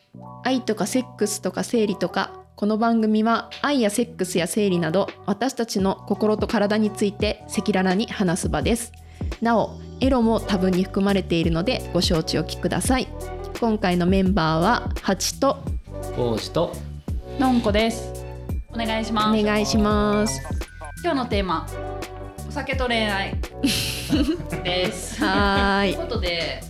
愛とかセックスとか生理とか。この番組は愛やセックスや生理など私たちの心と体について赤裸々に話す場です。なおエロも多分に含まれているのでご承知おきください。今回のメンバーはハチと王子とのんこです。お願いします。 お願いします。 今日のテーマ、お酒と恋愛です。 はーい。 ということで、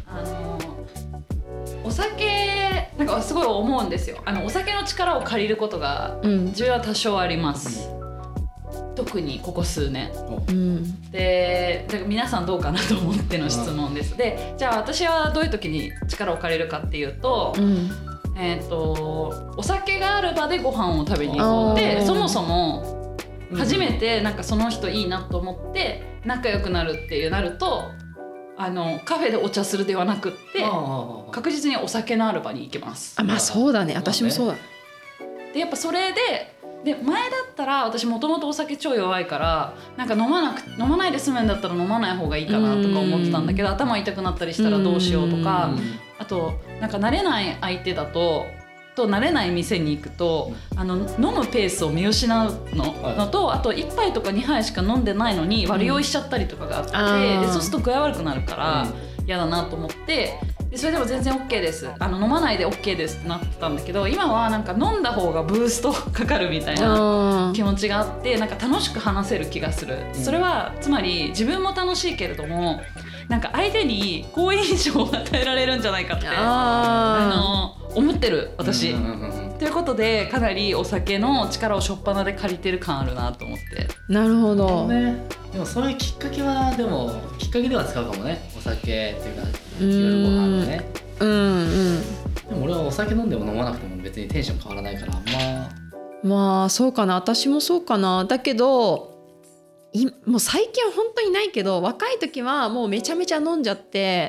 お酒なんかすごい思うんですよ。お酒の力を借りることが自分は多少あります。特にここ数年。で、だから皆さんどうかなと思っての質問です。で、じゃあ私はどういう時に力を借りるかっていうと、お酒がある場でご飯を食べに行こうってそもそも初めてなんかその人いいなと思って仲良くなるっていうなるとカフェでお茶するではなくって確実にお酒のある場に行けます。 まあそうだね、私もそうだ。 でやっぱそれで前だったら私もともとお酒超弱いからなんか飲まないで済むんだったら飲まない方がいいかなとか思ってたんだけど、頭痛くなったりしたらどうしようとか、あとなんか慣れない相手だと慣れない店に行くと飲むペースを見失うのと、あと1杯とか2杯しか飲んでないのに悪酔いしちゃったりとかがあって、でそうすると具合悪くなるから嫌だなと思って、でそれでも全然 OK です飲まないで OK ですってなってたんだけど、今はなんか飲んだ方がブーストかかるみたいな気持ちがあって、なんか楽しく話せる気がする。それはつまり自分も楽しいけれどもなんか相手に好印象を与えられるんじゃないかって思ってる私。ということでかなりお酒の力を初っ端で借りてる感あるなと思って。 なるほど、 でもそういうきっかけはでは使うかもね。お酒っていうか夜ご飯ね。でも俺はお酒飲んでも飲まなくても別にテンション変わらないからまあそうかな、私もそうかな。だけどもう最近は本当にないけど、若い時はもうめちゃめちゃ飲んじゃって、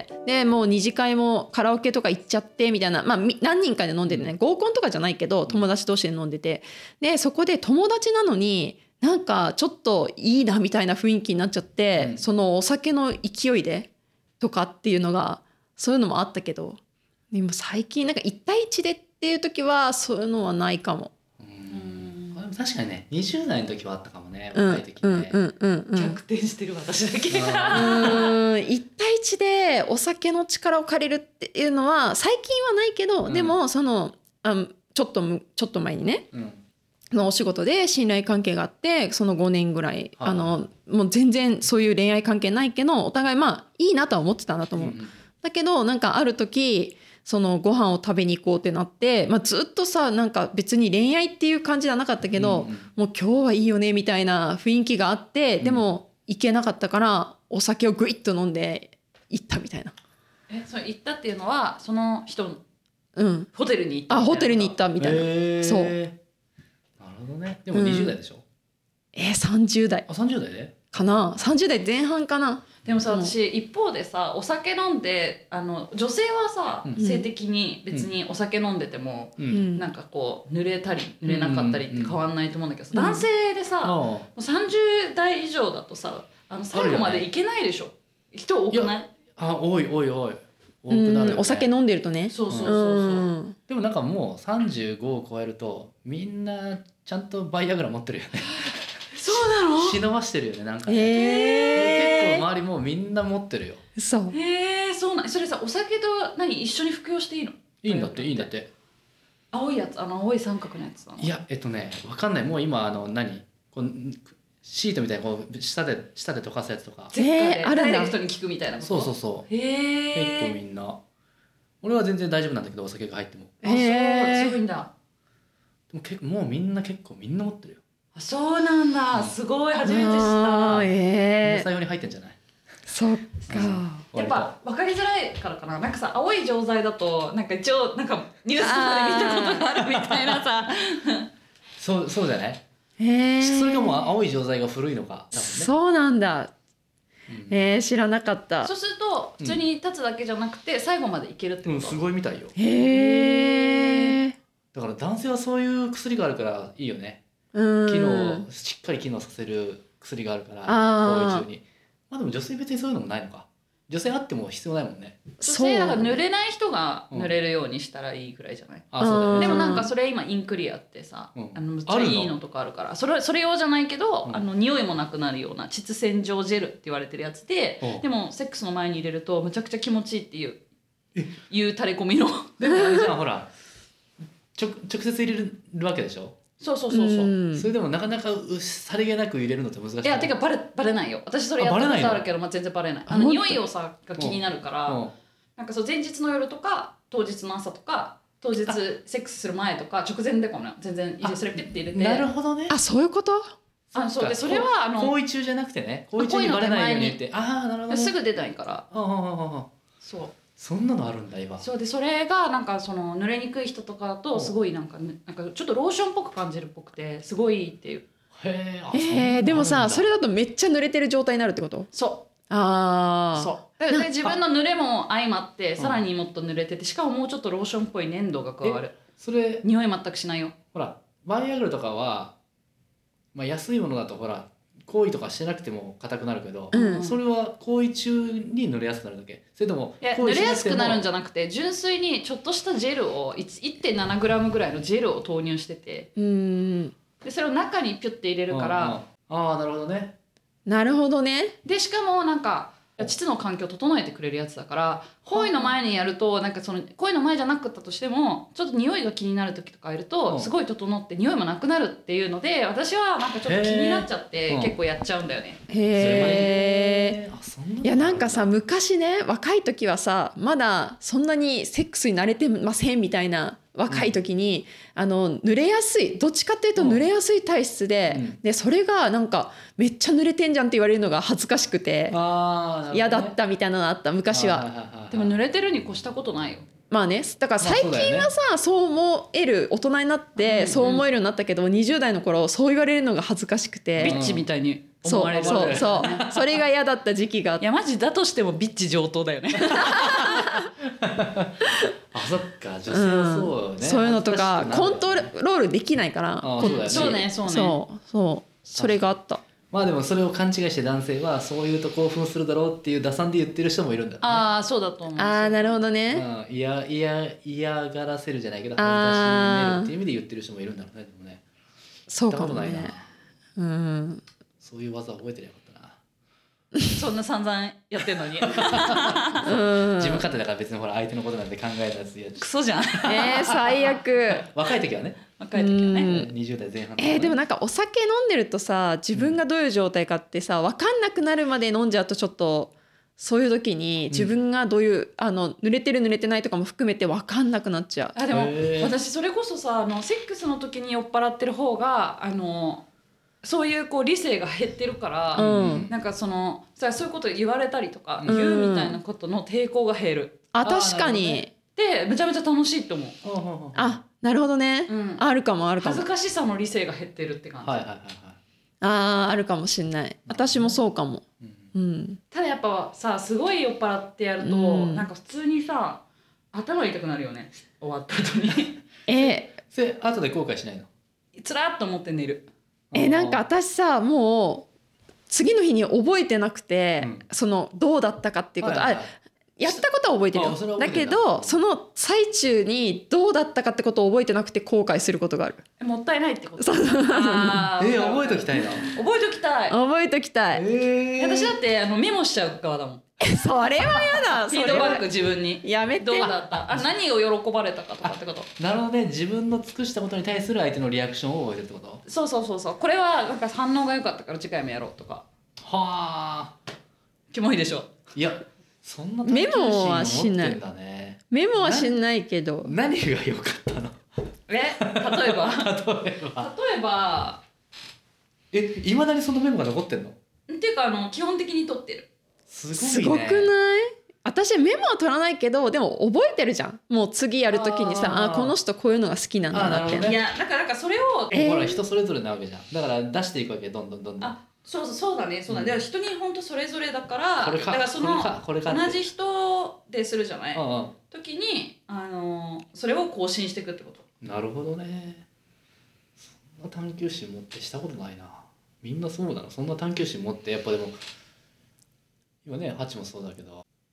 でもう二次会もカラオケとか行っちゃってみたいな、何人かで飲んでてね、合コンとかじゃないけど友達同士で飲んでて、でそこで友達なのになんかちょっといいなみたいな雰囲気になっちゃって、そのお酒の勢いでとかっていうのが、そういうのもあったけど、でも最近なんか1対1でっていう時はそういうのはないかも。 確かにね、20代の時はあったかもね、若い時ね。 逆転してる私だけ。 1対1でお酒の力を借りるっていうのは最近はないけど、でもちょっと前にね、のお仕事で信頼関係があって、その5年ぐらいもう全然そういう恋愛関係ないけどお互いいいなとは思ってたんだと思う。だけどなんかある時そのご飯を食べに行こうってなって、ずっとさなんか別に恋愛っていう感じじゃなかったけど、もう今日はいいよねみたいな雰囲気があって、でも行けなかったからお酒をグイッと飲んで行ったみたいな。 それ行ったっていうのはその人、ホテルに行ったみたいな。 ホテルに行ったみたいな。そう。 なるほどね。でも20代でしょ ？30代。 30代でかな、30代前半かな。 でもさ、私一方でさお酒飲んで女性はさ、性的に別にお酒飲んでても、なんかこう濡れたり濡れなかったりって変わんないと思うんだけどさ、男性でさ、もう30代以上だとさ最後までいけないでしょ。人多くない？ 多い多くなるよね。 お酒飲んでるとね。 そう。 でもなんかもう35を超えるとみんなちゃんとバイアグラ持ってるよね。 そうなの？ 忍ばしてるよね、なんかね。結構周りもうみんな持ってるよ。 そう。 そうなん。それさお酒と一緒に服用していいの？ いいんだって。 青いやつ、青い三角のやつだな。 いやわかんない。もう今こうシートみたいにこう舌で溶かすやつとか。 あるんだ。ダイレクトに効くみたいなこと。 そう。結構みんな。俺は全然大丈夫なんだけど、お酒が入っても。 そういうんだ。 でももうみんな持ってるよ。 そうなんだ、すごい初めて知った。 野菜用に入ってんじゃない？ そっか。 やっぱ分かりづらいからかな。なんかさ青い錠剤だとなんか一応なんかニュースとかで見たことがあるみたいなさ。 そうじゃない？それがもう青い錠剤が古いのか。多分ね。 そうなんだ。知らなかった。 そうすると普通に立つだけじゃなくて最後までいけるってこと？ すごいみたいよ。だから男性はそういう薬があるからいいよね。しっかり機能させる薬があるから、行為中に。でも女性別にそういうのもないのか。 女性あっても必要ないもんね。 女性だから濡れない人が濡れるようにしたらいいくらいじゃない？ あ、そうだよね。 でもなんかそれ今インクリアってさ、むっちゃいいのとかあるから、それ用じゃないけど、匂いもなくなるような膣洗浄ジェルって言われてるやつで、でもセックスの前に入れるとむちゃくちゃ気持ちいいっていう垂れ込みのでもあれじゃんほら直接入れるわけでしょ。 そうそれでもなかなかさりげなく入れるのって難しい。 いやてかバレないよ。私それやったことあるけど、全然バレない。匂いをさが気になるから、なんかそう前日の夜とか当日の朝とか当日セックスする前とか直前でこの全然それピッて入れて。 なるほどね。 あ、そういうこと？ そうでそれは行為中じゃなくてね、行為中にバレないようにって。なるほどね。 すぐ出ないから。そう。 そんなのあるんだ今。 そうでそれがなんかその濡れにくい人とかだとすごいなんかちょっとローションっぽく感じるっぽくてすごいいいっていう。 でもさ、それだとめっちゃ濡れてる状態になるってこと？ そう。 そうで自分の濡れも相まってさらにもっと濡れてて、しかももうちょっとローションっぽい粘度が加わる。 それ匂い全くしないよ。 ほらバイアグルとかは、安いものだとほら行為とかしてなくても硬くなるけど、それは行為中に濡れやすくなるだけ？それとも濡れやすくなるんじゃなくて、純粋にちょっとしたジェルを 1.7g ぐらいのジェルを投入してて、でそれを中にピュッて入れるから。 なるほどね。 なるほどね。 でしかもなんか膣の環境を整えてくれるやつだから、行為の前にやるとなんかその行為の前じゃなかったとしてもちょっと匂いが気になる時とかいるとすごい整って匂いもなくなるっていうので、私はなんかちょっと気になっちゃって結構やっちゃうんだよね。 へえ。いやなんかさ、昔ね若い時はさまだそんなにセックスに慣れてませんみたいな若い時に、濡れやすい、どっちかっていうと濡れやすい体質で、でそれがなんかめっちゃ濡れてんじゃんって言われるのが恥ずかしくて嫌だったみたいなのあった昔は。 でも濡れてるに越したことないよ。 まあね、だから最近はさ、そう思える、大人になってそう思えるようになったけど、20代の頃そう言われるのが恥ずかしくて、 ビッチみたいに思われる。 それが嫌だった時期があって。 いやマジだとしてもビッチ上等だよね。 そっか、女性はそうよね。 そういうのとかコントロールできないから。 そうね。 それがあった。 でもそれを勘違いして男性はそういうと興奮するだろうっていう打算で言ってる人もいるんだよね。 そうだと思う。 なるほどね。 嫌がらせるじゃないけど恥ずかしめるっていう意味で言ってる人もいるんだろうね。でもね、 そうかもね。 そういう技覚えてりゃよかったな。 そんな散々やってんのに。 自分勝手だから別にほら相手のことなんて考えたやつやクソじゃん。 最悪。 若い時はね。20代前半とかね。 でもなんかお酒飲んでるとさ、自分がどういう状態かってさ分かんなくなるまで飲んじゃうと、ちょっとそういう時に自分がどういう濡れてる濡れてないとかも含めて分かんなくなっちゃう。 でも私それこそさセックスの時に酔っ払ってる方がそういう理性が減ってるから、なんかそういうこと言われたりとか言うみたいなことの抵抗が減る。 確かに。 でめちゃめちゃ楽しいと思う。 なるほどね。あるかも。 恥ずかしさの理性が減ってるって感じ。 あるかもしんない。私もそうかも。 ただやっぱさすごい酔っ払ってやると、なんか普通にさ頭痛くなるよね、終わった後に。 それ後で後悔しないの？ つらっと思って寝る。 なんか私さもう次の日に覚えてなくて、どうだったかっていうこと、やったことは覚えてるよ。だけどその最中にどうだったかってことを覚えてなくて後悔することがある。 もったいないってこと？ 覚えときたいな。 覚えときたい。 覚えときたい。 私だってメモしちゃう側だもん。 それはやだ。 フィードバック自分に。 やめて。 どうだった？何を喜ばれたかとかってこと。 なるほどね。自分の尽くしたことに対する相手のリアクションを覚えてるってこと？ そう。これはなんか反応が良かったから次回もやろうとか。キモいでしょ。 いや。そんなメモはしない。メモはしないけど。 何が良かったの？ 例えばいまだにそのメモが残ってんの？ っていうか基本的に取ってる。 すごくない？私メモは取らないけど、でも覚えてるじゃん。もう次やるときにさ、この人こういうのが好きなんだなって。 いやだからそれをほら人それぞれなわけじゃん。だから出していくわけ、どんどん。 そうだね。だから人に本当それぞれだから、だからその同じ人でするじゃない時にそれを更新していくってこと。 なるほどね。そんな探求心持ってしたことないな。みんなそうなの？そんな探求心持ってやっぱでも今ねハチもそうだけど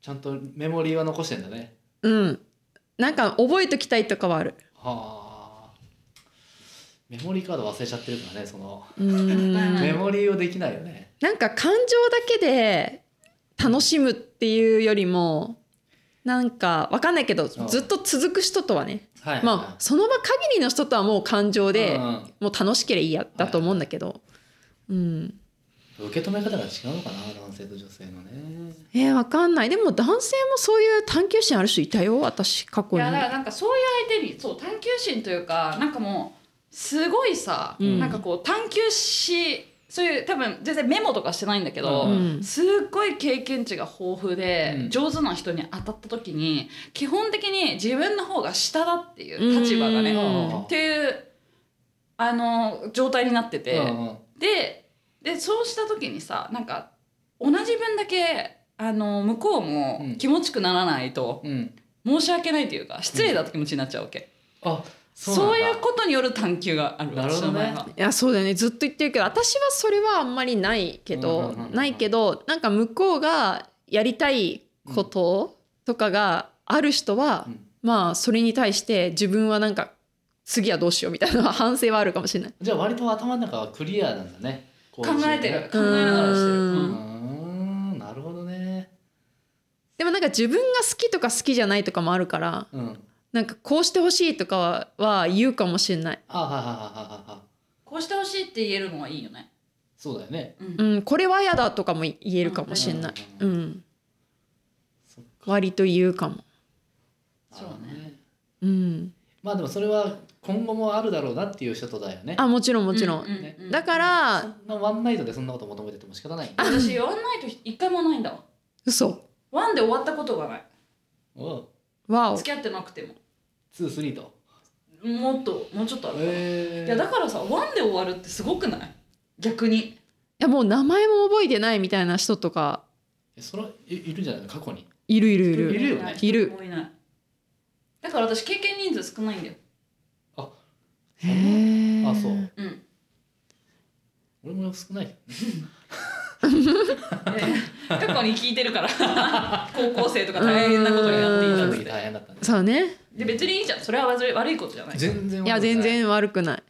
ちゃんとメモリーは残してんだね。 なんか覚えときたいとかはある。 はあ。メモリーカード忘れちゃってるからね、そのメメモリーをできないよね。 なんか感情だけで楽しむっていうよりもなんかわかんないけどずっと続く人とはね、 はいはい、 まあその場限りの人とはもう感情でもう楽しければいいやだと思うんだけど、 受け止め方が違うのかな、男性と女性のね。 わかんない。でも男性もそういう探求心ある人いたよ、私過去に。 いやだからなんかそういう相手にそう探求心というかなんかもうすごいさ、なんかこう探求しそういう多分全然メモとかしてないんだけど、すっごい経験値が豊富で、上手な人に当たった時に基本的に自分の方が下だっていう立場がね、っていう状態になってて、でそうした時にさなんか同じ分だけ向こうも気持ちくならないと、申し訳ないというか失礼だって気持ちになっちゃうわけ。そういうことによる探求がある。 なるほどね。 いやそうだよね、ずっと言ってるけど私はそれはあんまりないけど、なんか向こうがやりたいこととかがある人は、まあそれに対して自分はなんか次はどうしようみたいな反省はあるかもしれない。 じゃあ割と頭の中はクリアなんだね。 考えてる、考えながらしてる。 なるほどね。 でもなんか自分が好きとか好きじゃないとかもあるから、なんかこうしてほしいとかは言うかもしれない。 こうしてほしいって言えるのはいいよね。 そうだよね。 これは嫌だとかも言えるかもしれない。割と言うかも。 そうね。 まあでもそれは今後もあるだろうなっていう人とだよね。 もちろんもちろん。だからそんなワンナイトでそんなこと求めてても仕方ない。 私ワンナイト一回もないんだわ。 嘘。 ワンで終わったことがない。 わお。 付き合ってなくても。 2、3と。 もうちょっとあるかな。いやだからさワンで終わるってすごくない？逆に。いやもう名前も覚えてないみたいな人とか。 それいるんじゃないの過去に。 いるいるよね。 いる。 だから私経験人数少ないんだよ。 へえ。 そう。俺も少ない。 過去に聞いてるから高校生とか大変なことになっていた時大変だったね。 そうね。 で別にいいじゃん、それは悪いことじゃない。 全然。 いや全然悪くない。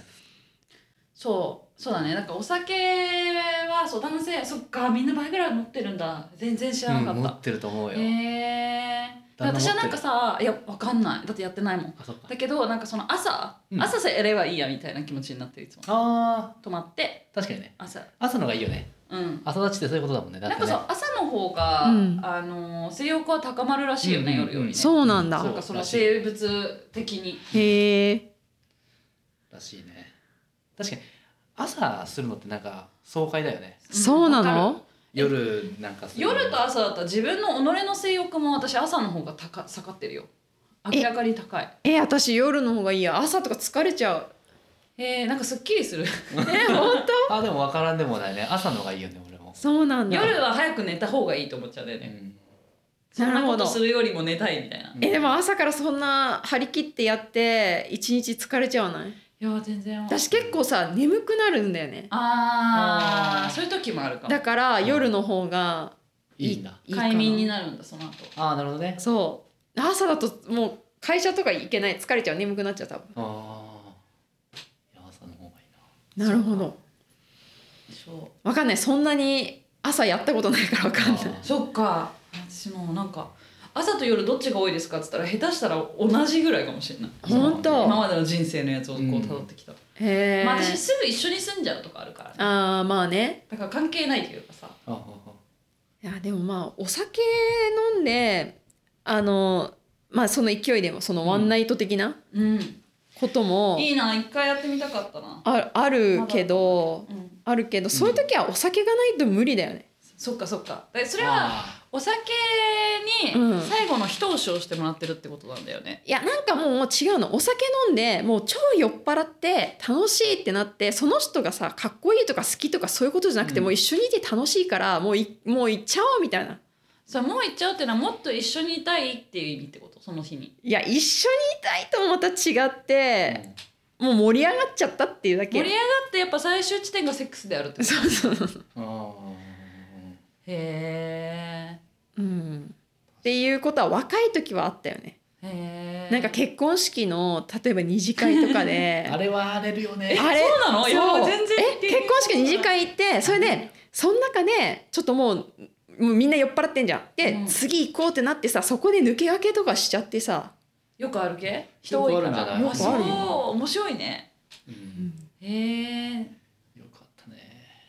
そうだね。なんかお酒はそう男性そっかみんな倍ぐらい持ってるんだ。全然知らなかった。 持ってると思うよ。 私はなんかさいやわかんないだってやってないもん。だけどなんかその朝さやればいいやみたいな気持ちになってるいつも。泊まって確かにね。 朝のがいいよね。朝立ちってそういうことだもんね。 なんかさ朝の方が性欲は高まるらしいよね、夜よりね。 そうなんだ。 なんかその生物的に。 へえ。 らしいね。確かに朝するのってなんか爽快だよね。 そうなの？ 夜なんか夜と朝だったら自分の己の性欲も私朝の方が下がってるよ。明らかに高い。 私夜の方がいいや。朝とか疲れちゃう。 なんかすっきりする。 本当？ でも分からんでもないね。朝の方がいいよね俺も。 そうなんだ。 夜は早く寝た方がいいと思っちゃうんだよね。そんなことするよりも寝たいみたいな。 でも朝からそんな張り切ってやって一日疲れちゃわない？ いや全然。 私結構さ眠くなるんだよね。 そういう時もあるかも。 だから夜の方がいいんだ。 快眠になるんだその後。 なるほどね。 そう朝だともう会社とか行けない、疲れちゃう、眠くなっちゃう多分。 朝の方がいいな。 なるほど。わかんない、そんなに朝やったことないからわかんない。 そっか。私もなんか朝と夜どっちが多いですかって言ったら下手したら同じぐらいかもしれない。 本当？ 今までの人生のやつをこう辿ってきた。 へえ。 私すぐ一緒に住んじゃうとかあるからね。 まあね。 だから関係ないというかさ。 いやでもまあお酒飲んでまあその勢いでもそのワンナイト的なことも、 いいな、一回やってみたかったな。 あるけど、そういう時はお酒がないと無理だよね。 そっかそっか。それはお酒に最後の一押しをしてもらってるってことなんだよね。 いやなんかもう違うの。お酒飲んでもう超酔っ払って楽しいってなって、その人がさかっこいいとか好きとかそういうことじゃなくて、もう一緒にいて楽しいからもう行っちゃおうみたいな。 もう行っちゃうっていうのはもっと一緒にいたいっていう意味ってこと？その日に。 いや一緒にいたいともまた違って、もう盛り上がっちゃったっていうだけ。 盛り上がってやっぱ最終地点がセックスであるってこと。 そうへえ。 っていうことは若い時はあったよね。なんか結婚式の例えば二次会とかであれは荒れるよね。 そうなの？いやそう全然結婚式二次会行ってそれでその中でちょっともうみんな酔っ払ってんじゃん。で、次行こうってなってさそこで抜け駆けとかしちゃってさ。 よくある系？人多いから。 よくあるんじゃない？ あ、そう面白いね。へえ。 よかったね。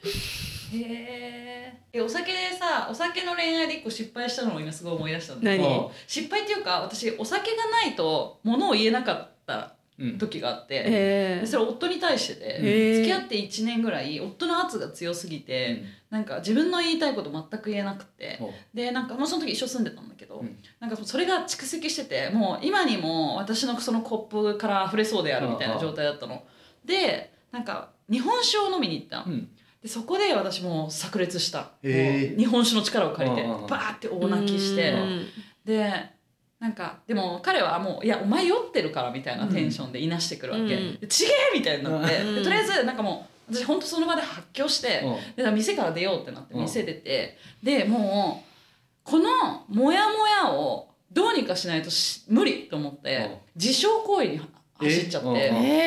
へえ。お酒でさ、お酒の恋愛で一個失敗したのを今すごい思い出したんだけ何？ ど、失敗っていうか私お酒がないと物を言えなかった時があって、でそれ夫に対してて、付き合って1年ぐらい夫の圧が強すぎて、なんか自分の言いたいこと全く言えなくて、でなんかもうその時一緒住んでたんだけど、なんかそれが蓄積してて、もう今にも私のそのコップから溢れそうであるみたいな状態だったの。でなんか日本酒を飲みに行ったの。でそこで私もう炸裂した。もう日本酒の力を借りてバーって大泣きして、でなんかでも彼はもう「いやお前酔ってるから」みたいなテンションでいなしてくるわけ。ちげえみたいになって、でとりあえずなんかもう私ほんとその場で発狂して、で店から出ようってなって店出て、でもうこのモヤモヤをどうにかしないと無理と思って自傷行為に走っちゃって、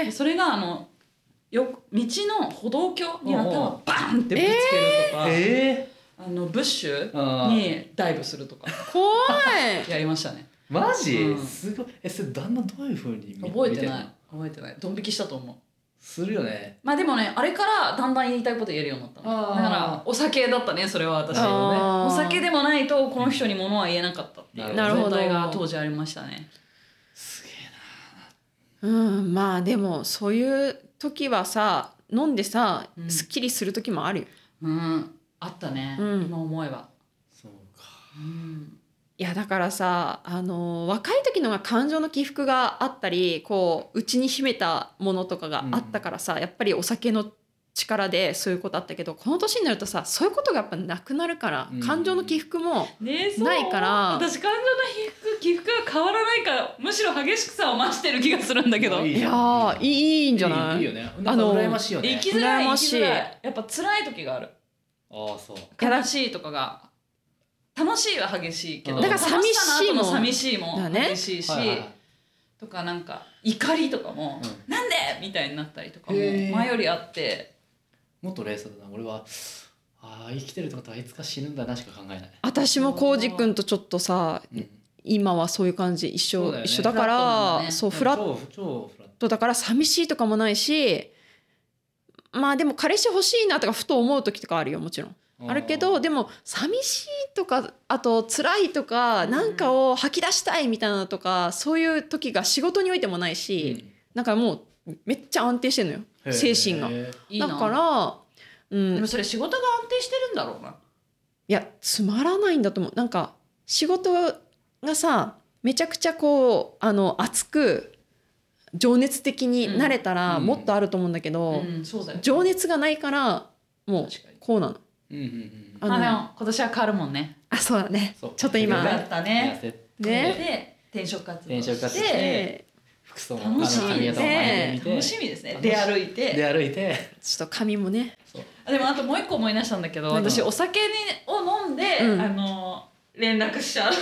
それが道の歩道橋に頭バーンってぶつけるとか、ブッシュにダイブするとか怖いやりましたね。 マジ？すごい。それ旦那どういう風に見てんの？ 覚えてないドン引きしたと思う。 するよね。 まあでもねあれからだんだん言いたいこと言えるようになったの。だからお酒だったねそれは私。お酒でもないとこの人に物は言えなかったっていう状態が当時ありましたね。 すげえな。 まあでもそういう時はさ飲んでさ、すっきりする時もあるよ。 あったね、今思えば。 そうか。 いやだからさ若い時のが感情の起伏があったりこう内に秘めたものとかがあったからさ、やっぱりお酒の力でそういうことあったけど、この年になるとさそういうことがやっぱなくなるから、感情の起伏もないから、 私感情の起伏が変わらないからむしろ激しくさを増してる気がするんだけど。 いやいいんじゃない？ いいよね。なんか羨ましいよね。 生きづらいやっぱ辛い時がある。 そう。 悲しいとかが楽しいは激しいけど、 だから寂しいも激しいし、とかなんか怒りとかも、なんでみたいになったりとかも前よりあって、 もっと冷静だな。俺は生きてるってことはいつか死ぬんだなしか考えない。 私もコウジ君とちょっとさ、今はそういう感じ一緒だからそうフラットだから寂しいとかもないし、まあでも彼氏欲しいなとかふと思う時とかあるよ、もちろんあるけど、でも寂しいとかあと辛いとかなんかを吐き出したいみたいなとかそういう時が仕事においてもないし、なんかもうめっちゃ安定してるのよ精神が。だからでもそれ仕事が安定してるんだろうな。 いやつまらないんだと思う。なんか仕事がさめちゃくちゃこう熱く情熱的になれたらもっとあると思うんだけど、情熱がないからもうこうなの。 でも今年は変わるもんね。 そうだね。ちょっと今やったね。で転職活動して服装も楽しみですね。 楽しみですね。出歩いてちょっと髪もね。 でもあともう一個思い出したんだけど、私お酒を飲んで連絡しちゃう。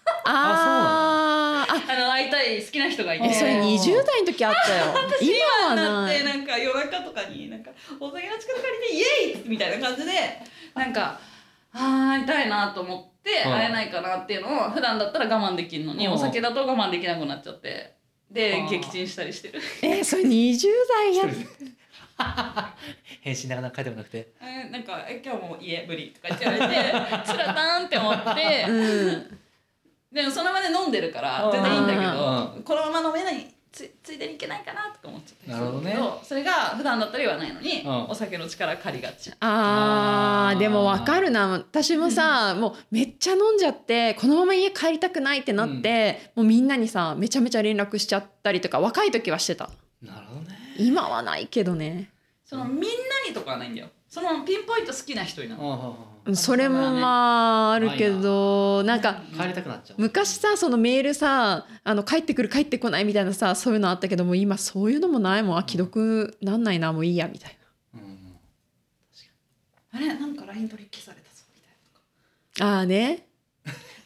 会いたい好きな人がいて、 それ20代の時あったよ。 今はなってなんか夜中とかになんかお酒の力借りてイエイみたいな感じでなんか会いたいなと思って会えないかなっていうのを普段だったら我慢できるのにお酒だと我慢できなくなっちゃってで撃沈したりしてる。 それ20代や返信なかなか書いてもなくてなんか今日も家無理とか言って言われてつらたーんって思って。でもその場で飲んでるから全然いいんだけど、このまま飲めないついでにいけないかなとか思っちゃったりするんだけど、それが普段だったら言わないのに、お酒の力借りがち。 でも分かるな。私もさもうめっちゃ飲んじゃってこのまま家帰りたくないってなって、もうみんなにさめちゃめちゃ連絡しちゃったりとか若い時はしてた。 なるほどね。 今はないけどね。 みんなにとかはないんだよ。そのピンポイント好きな人になる。 それもまああるけど、なんか帰りたくなっちゃう。 昔さそのメールさ帰ってくる帰ってこないみたいなさそういうのあったけども今そういうのもないもん。既読なんないなもういいやみたいな。 あれなんか LINE 取り消されたぞみたいな。 ね。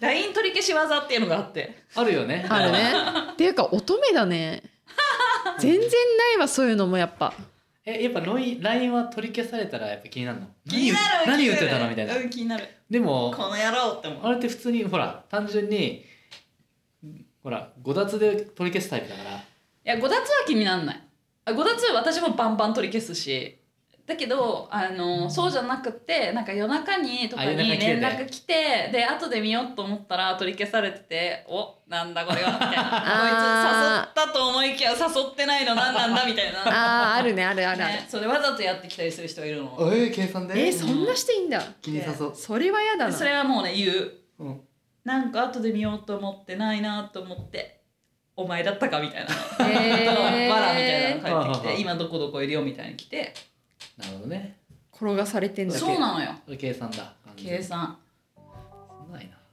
LINE 取り消し技っていうのがあって、 あるよね。 あるね。っていうか乙女だね。全然ないわそういうのもやっぱ。 やっぱ LINE は取り消されたらやっぱ気になるの？ 気になる。 何言ってたのみたいな。 気になる。 でもこの野郎って思う。 あれって普通にほら単純にほら5奪で取り消すタイプだから。 いや5奪は気にならない。5奪は私もバンバン取り消すし。だけどそうじゃなくてなんか夜中にとかに連絡来てで後で見ようと思ったら取り消されてておなんだこれはみたいなこいつ誘ったと思いきや誘ってないのなんなんだみたいなあるねある、 ね、それわざとやってきたりする人がいるの。 計算でそんなしていいんだ。 気にさそう。 それは嫌だな。 それはもうね言う、 うん、 なんか後で見ようと思ってないなと思ってお前だったかみたいなバラみたいなの帰ってきて今どこどこいるよみたいに来てなるほどね。 転がされてんだ。 そうなのよ。 計算だ。 計算。 そんないな。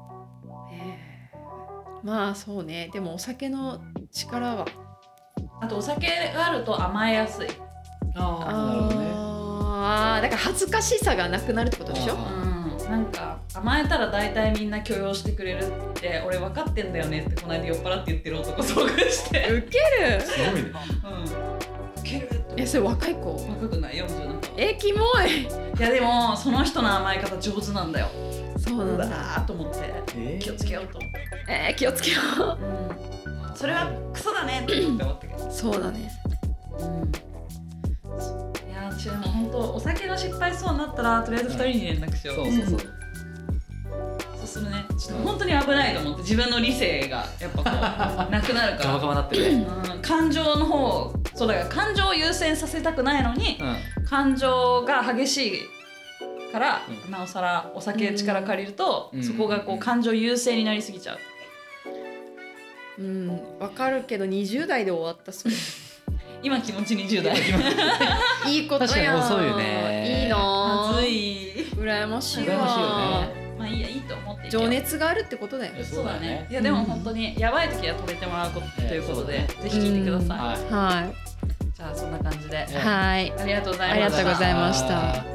まあそうね。でもお酒の力は。 あとお酒があると甘えやすい。 なるほどね。 だから恥ずかしさがなくなるってことでしょ。 なんか甘えたら大体みんな許容してくれるって俺分かってんだよねってこの間酔っ払って言ってる男遭遇して。 ウケる。 すごいね。 ウケる。 それ若い子？ 若くない40なんか。 キモい。 いやでもその人の甘え方上手なんだよ。 そうなんだと思って気をつけようと思って。 気をつけよう。 それはクソだねって思ったけど。 そうだね。 いやでも本当お酒の失敗そうになったらとりあえず2人に連絡しよう。そうするね。ちょっと本当に危ないと思って自分の理性がやっぱこうなくなるから。 ガバガバなってる。 感情の方そうだから感情を優先させたくないのに、感情が激しいから、なおさらお酒力借りると、そこがこう感情優先になりすぎちゃう。 わかるけど20代で終わったそれ。 今気持ち20代。 いいことやん。 確かに遅いよね。 いいな。 暑い。 羨ましいわ。 羨ましいよね。 まあいいやいいと思って。 情熱があるってことだよ。 そうだね。いやでも本当にやばい時は止めてもらうことということで、ぜひ聞いてください。 はい。 じゃあそんな感じで。 はい。 ありがとうございました。 ありがとうございました。